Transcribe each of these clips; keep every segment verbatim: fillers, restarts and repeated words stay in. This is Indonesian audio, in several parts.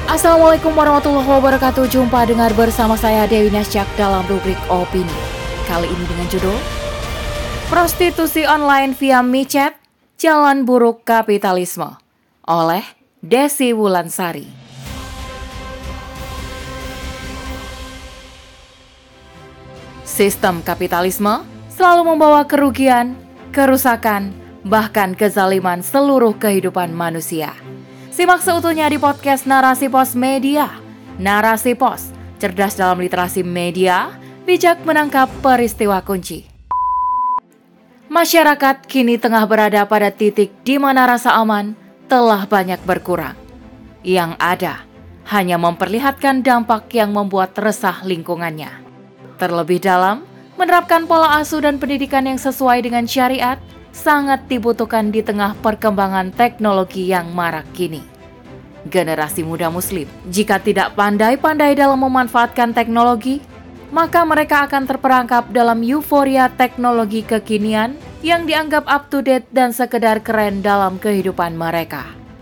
Assalamualaikum warahmatullahi wabarakatuh. Jumpa dengar bersama saya Dewi Nasjak dalam rubrik Opini. Kali ini dengan judul Prostitusi Online via micet, Jalan Buruk Kapitalisme oleh Desi Wulansari. Sistem kapitalisme selalu membawa kerugian, kerusakan, bahkan kezaliman seluruh kehidupan manusia. Simak seutuhnya di podcast Narasi Pos Media. Narasi Pos, cerdas dalam literasi media, bijak menangkap peristiwa kunci. Masyarakat kini tengah berada pada titik di mana rasa aman telah banyak berkurang. Yang ada hanya memperlihatkan dampak yang membuat resah lingkungannya. Terlebih dalam, menerapkan pola asuh dan pendidikan yang sesuai dengan syariat sangat dibutuhkan di tengah perkembangan teknologi yang marak kini. Generasi muda muslim, jika tidak pandai-pandai dalam memanfaatkan teknologi, maka mereka akan terperangkap dalam euforia teknologi kekinian yang dianggap up-to-date dan sekedar keren dalam kehidupan mereka.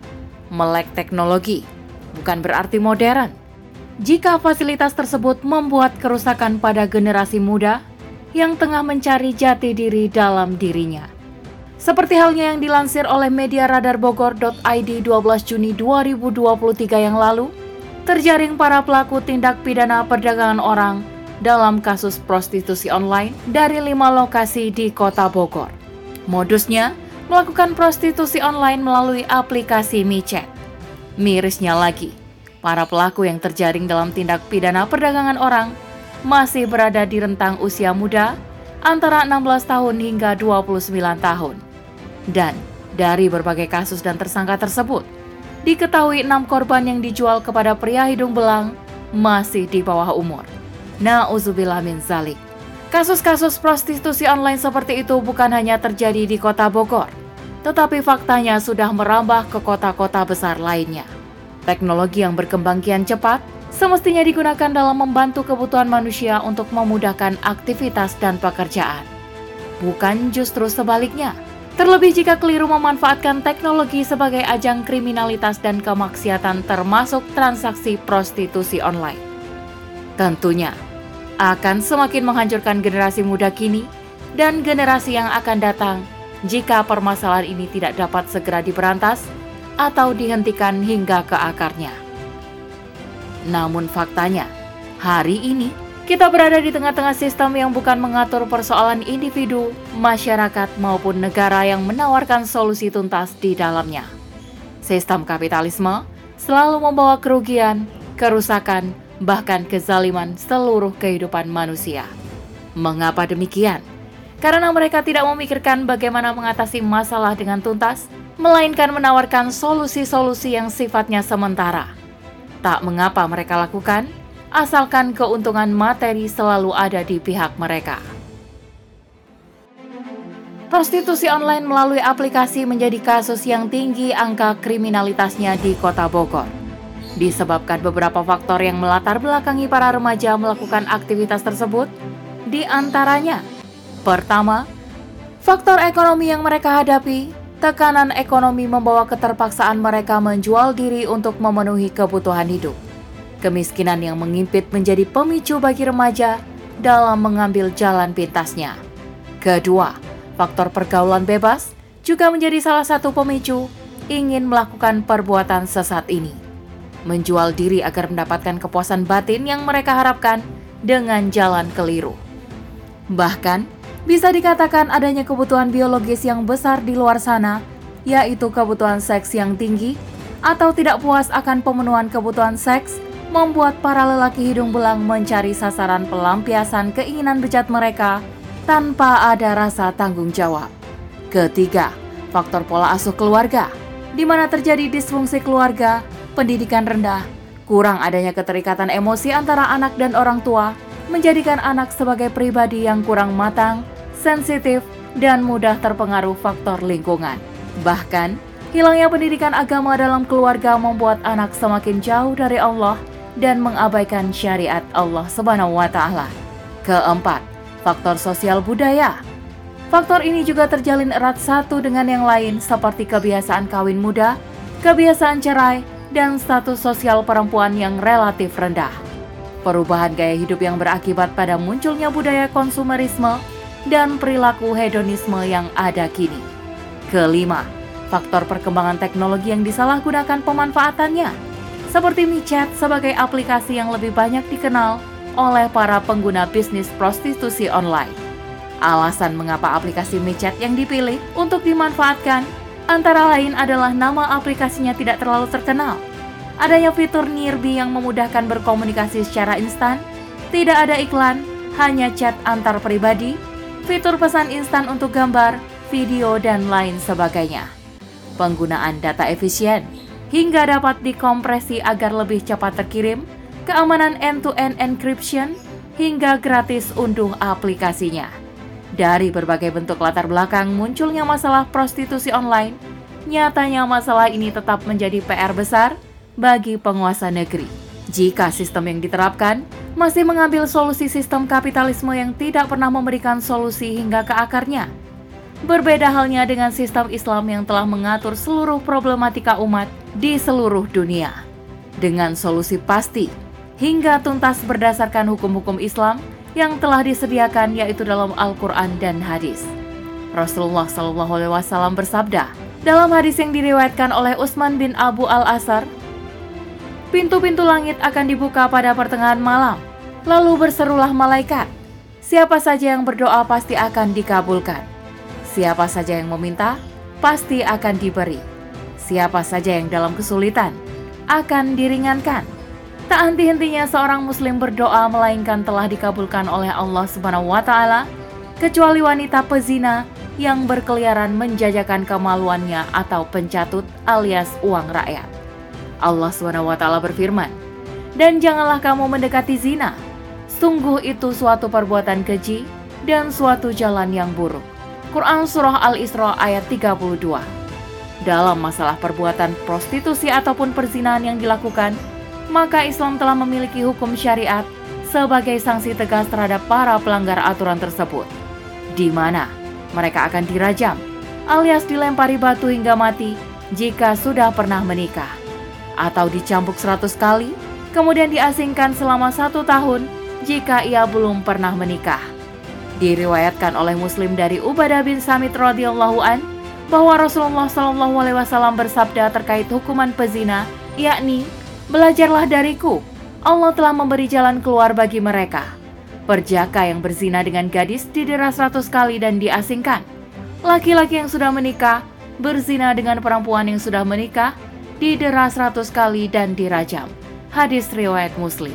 Melek teknologi bukan berarti modern. Jika fasilitas tersebut membuat kerusakan pada generasi muda yang tengah mencari jati diri dalam dirinya. Seperti halnya yang dilansir oleh media radar bogor titik i d dua belas Juni dua ribu dua puluh tiga yang lalu, terjaring para pelaku tindak pidana perdagangan orang dalam kasus prostitusi online dari lima lokasi di kota Bogor. Modusnya melakukan prostitusi online melalui aplikasi micet. Mirisnya lagi, para pelaku yang terjaring dalam tindak pidana perdagangan orang masih berada di rentang usia muda antara enam belas tahun hingga dua puluh sembilan tahun. Dan dari berbagai kasus dan tersangka tersebut, diketahui enam korban yang dijual kepada pria hidung belang masih di bawah umur. Na'udzubillah min dzalik. Kasus-kasus prostitusi online seperti itu bukan hanya terjadi di kota Bogor, tetapi faktanya sudah merambah ke kota-kota besar lainnya. Teknologi yang berkembang kian cepat semestinya digunakan dalam membantu kebutuhan manusia untuk memudahkan aktivitas dan pekerjaan. Bukan justru sebaliknya. Terlebih jika keliru memanfaatkan teknologi sebagai ajang kriminalitas dan kemaksiatan termasuk transaksi prostitusi online. Tentunya akan semakin menghancurkan generasi muda kini dan generasi yang akan datang jika permasalahan ini tidak dapat segera diberantas atau dihentikan hingga ke akarnya. Namun faktanya, hari ini kita berada di tengah-tengah sistem yang bukan mengatur persoalan individu, masyarakat maupun negara yang menawarkan solusi tuntas di dalamnya. Sistem kapitalisme selalu membawa kerugian, kerusakan, bahkan kezaliman seluruh kehidupan manusia. Mengapa demikian? Karena mereka tidak memikirkan bagaimana mengatasi masalah dengan tuntas, melainkan menawarkan solusi-solusi yang sifatnya sementara. Tak mengapa mereka lakukan, asalkan keuntungan materi selalu ada di pihak mereka. Prostitusi online melalui aplikasi menjadi kasus yang tinggi angka kriminalitasnya di kota Bogor. Disebabkan beberapa faktor yang melatar belakangi para remaja melakukan aktivitas tersebut, di antaranya, pertama, faktor ekonomi yang mereka hadapi. Tekanan ekonomi membawa keterpaksaan mereka menjual diri untuk memenuhi kebutuhan hidup. Kemiskinan yang mengimpit menjadi pemicu bagi remaja dalam mengambil jalan pintasnya. Kedua, faktor pergaulan bebas juga menjadi salah satu pemicu ingin melakukan perbuatan sesat ini. Menjual diri agar mendapatkan kepuasan batin yang mereka harapkan dengan jalan keliru. Bahkan, bisa dikatakan adanya kebutuhan biologis yang besar di luar sana, yaitu kebutuhan seks yang tinggi atau tidak puas akan pemenuhan kebutuhan seks, membuat para lelaki hidung belang mencari sasaran pelampiasan keinginan bejat mereka tanpa ada rasa tanggung jawab. Ketiga, faktor pola asuh keluarga, di mana terjadi disfungsi keluarga, pendidikan rendah, kurang adanya keterikatan emosi antara anak dan orang tua, menjadikan anak sebagai pribadi yang kurang matang, sensitif, dan mudah terpengaruh faktor lingkungan. Bahkan, hilangnya pendidikan agama dalam keluarga membuat anak semakin jauh dari Allah dan mengabaikan syariat Allah Subhanahu wa Ta'ala. Keempat, faktor sosial budaya. Faktor ini juga terjalin erat satu dengan yang lain seperti kebiasaan kawin muda, kebiasaan cerai, dan status sosial perempuan yang relatif rendah. Perubahan gaya hidup yang berakibat pada munculnya budaya konsumerisme dan perilaku hedonisme yang ada kini. Kelima, faktor perkembangan teknologi yang disalahgunakan pemanfaatannya, seperti micet sebagai aplikasi yang lebih banyak dikenal oleh para pengguna bisnis prostitusi online. Alasan mengapa aplikasi micet yang dipilih untuk dimanfaatkan antara lain adalah nama aplikasinya tidak terlalu terkenal, adanya fitur nearby yang memudahkan berkomunikasi secara instan, tidak ada iklan, hanya chat antar pribadi, fitur pesan instan untuk gambar, video, dan lain sebagainya. Penggunaan data efisien, hingga dapat dikompresi agar lebih cepat terkirim, keamanan end-to-end encryption, hingga gratis unduh aplikasinya. Dari berbagai bentuk latar belakang munculnya masalah prostitusi online, nyatanya masalah ini tetap menjadi P R besar bagi penguasa negeri. Jika sistem yang diterapkan masih mengambil solusi sistem kapitalisme yang tidak pernah memberikan solusi hingga ke akarnya. Berbeda halnya dengan sistem Islam yang telah mengatur seluruh problematika umat di seluruh dunia. Dengan solusi pasti, hingga tuntas berdasarkan hukum-hukum Islam yang telah disediakan yaitu dalam Al-Quran dan hadis. Rasulullah shallallahu alaihi wasallam bersabda dalam hadis yang diriwayatkan oleh Utsman bin Abu Al-Asar, pintu-pintu langit akan dibuka pada pertengahan malam, lalu berserulah malaikat, siapa saja yang berdoa pasti akan dikabulkan, siapa saja yang meminta pasti akan diberi, siapa saja yang dalam kesulitan akan diringankan. Tak henti-hentinya seorang muslim berdoa melainkan telah dikabulkan oleh Allah Subhanahu wa taala, kecuali wanita pezina yang berkeliaran menjajakan kemaluannya atau pencatut alias uang rakyat. Allah Subhanahu wa taala berfirman, "Dan janganlah kamu mendekati zina. Sungguh itu suatu perbuatan keji dan suatu jalan yang buruk." Quran Surah Al-Isra ayat tiga puluh dua. Dalam masalah perbuatan prostitusi ataupun perzinahan yang dilakukan, maka Islam telah memiliki hukum syariat sebagai sanksi tegas terhadap para pelanggar aturan tersebut, di mana mereka akan dirajam alias dilempari batu hingga mati jika sudah pernah menikah, atau dicambuk seratus kali, kemudian diasingkan selama satu tahun jika ia belum pernah menikah. Diriwayatkan oleh Muslim dari Ubadah bin Samit radhiyallahu an bahwa Rasulullah shallallahu alaihi wasallam bersabda terkait hukuman pezina, yakni, "Belajarlah dariku, Allah telah memberi jalan keluar bagi mereka. Perjaka yang berzina dengan gadis didera seratus kali dan diasingkan. Laki-laki yang sudah menikah berzina dengan perempuan yang sudah menikah didera seratus kali dan dirajam." Hadis riwayat Muslim.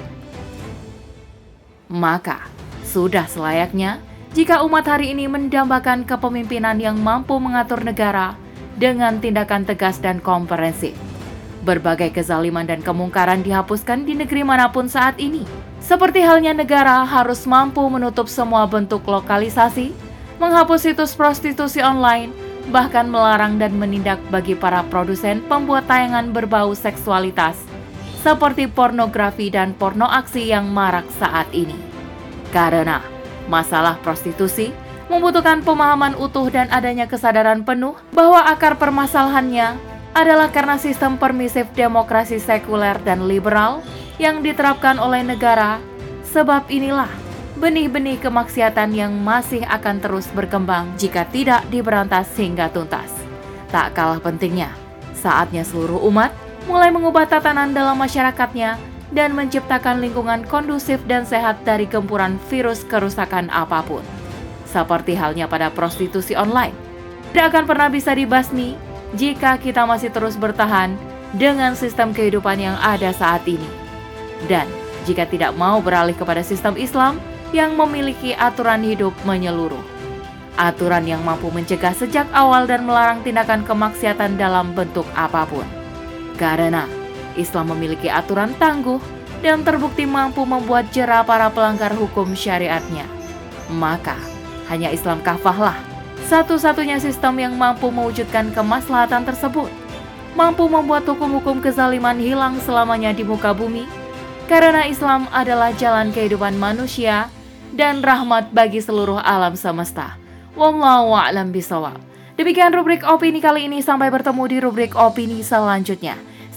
Maka, sudah selayaknya jika umat hari ini mendambakan kepemimpinan yang mampu mengatur negara dengan tindakan tegas dan komprehensif. Berbagai kezaliman dan kemungkaran dihapuskan di negeri manapun saat ini. Seperti halnya negara harus mampu menutup semua bentuk lokalisasi, menghapus situs prostitusi online, bahkan melarang dan menindak bagi para produsen pembuat tayangan berbau seksualitas, seperti pornografi dan porno aksi yang marak saat ini. Karena masalah prostitusi membutuhkan pemahaman utuh dan adanya kesadaran penuh bahwa akar permasalahannya adalah karena sistem permisif demokrasi sekuler dan liberal yang diterapkan oleh negara. Sebab inilah benih-benih kemaksiatan yang masih akan terus berkembang jika tidak diberantas hingga tuntas. Tak kalah pentingnya, saatnya seluruh umat mulai mengubah tatanan dalam masyarakatnya dan menciptakan lingkungan kondusif dan sehat dari gempuran virus kerusakan apapun. Seperti halnya pada prostitusi online, tidak akan pernah bisa dibasmi jika kita masih terus bertahan dengan sistem kehidupan yang ada saat ini. Dan jika tidak mau beralih kepada sistem Islam yang memiliki aturan hidup menyeluruh. Aturan yang mampu mencegah sejak awal dan melarang tindakan kemaksiatan dalam bentuk apapun. Karena Islam memiliki aturan tangguh dan terbukti mampu membuat jera para pelanggar hukum syariatnya. Maka hanya Islam kafahlah satu-satunya sistem yang mampu mewujudkan kemaslahatan tersebut, mampu membuat hukum-hukum kezaliman hilang selamanya di muka bumi, karena Islam adalah jalan kehidupan manusia dan rahmat bagi seluruh alam semesta. Wallahu a'lam bishawab. Demikian rubrik opini kali ini, sampai bertemu di rubrik opini selanjutnya.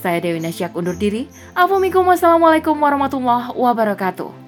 Saya Dewi Nasyak undur diri. Assalamualaikum warahmatullahi wabarakatuh.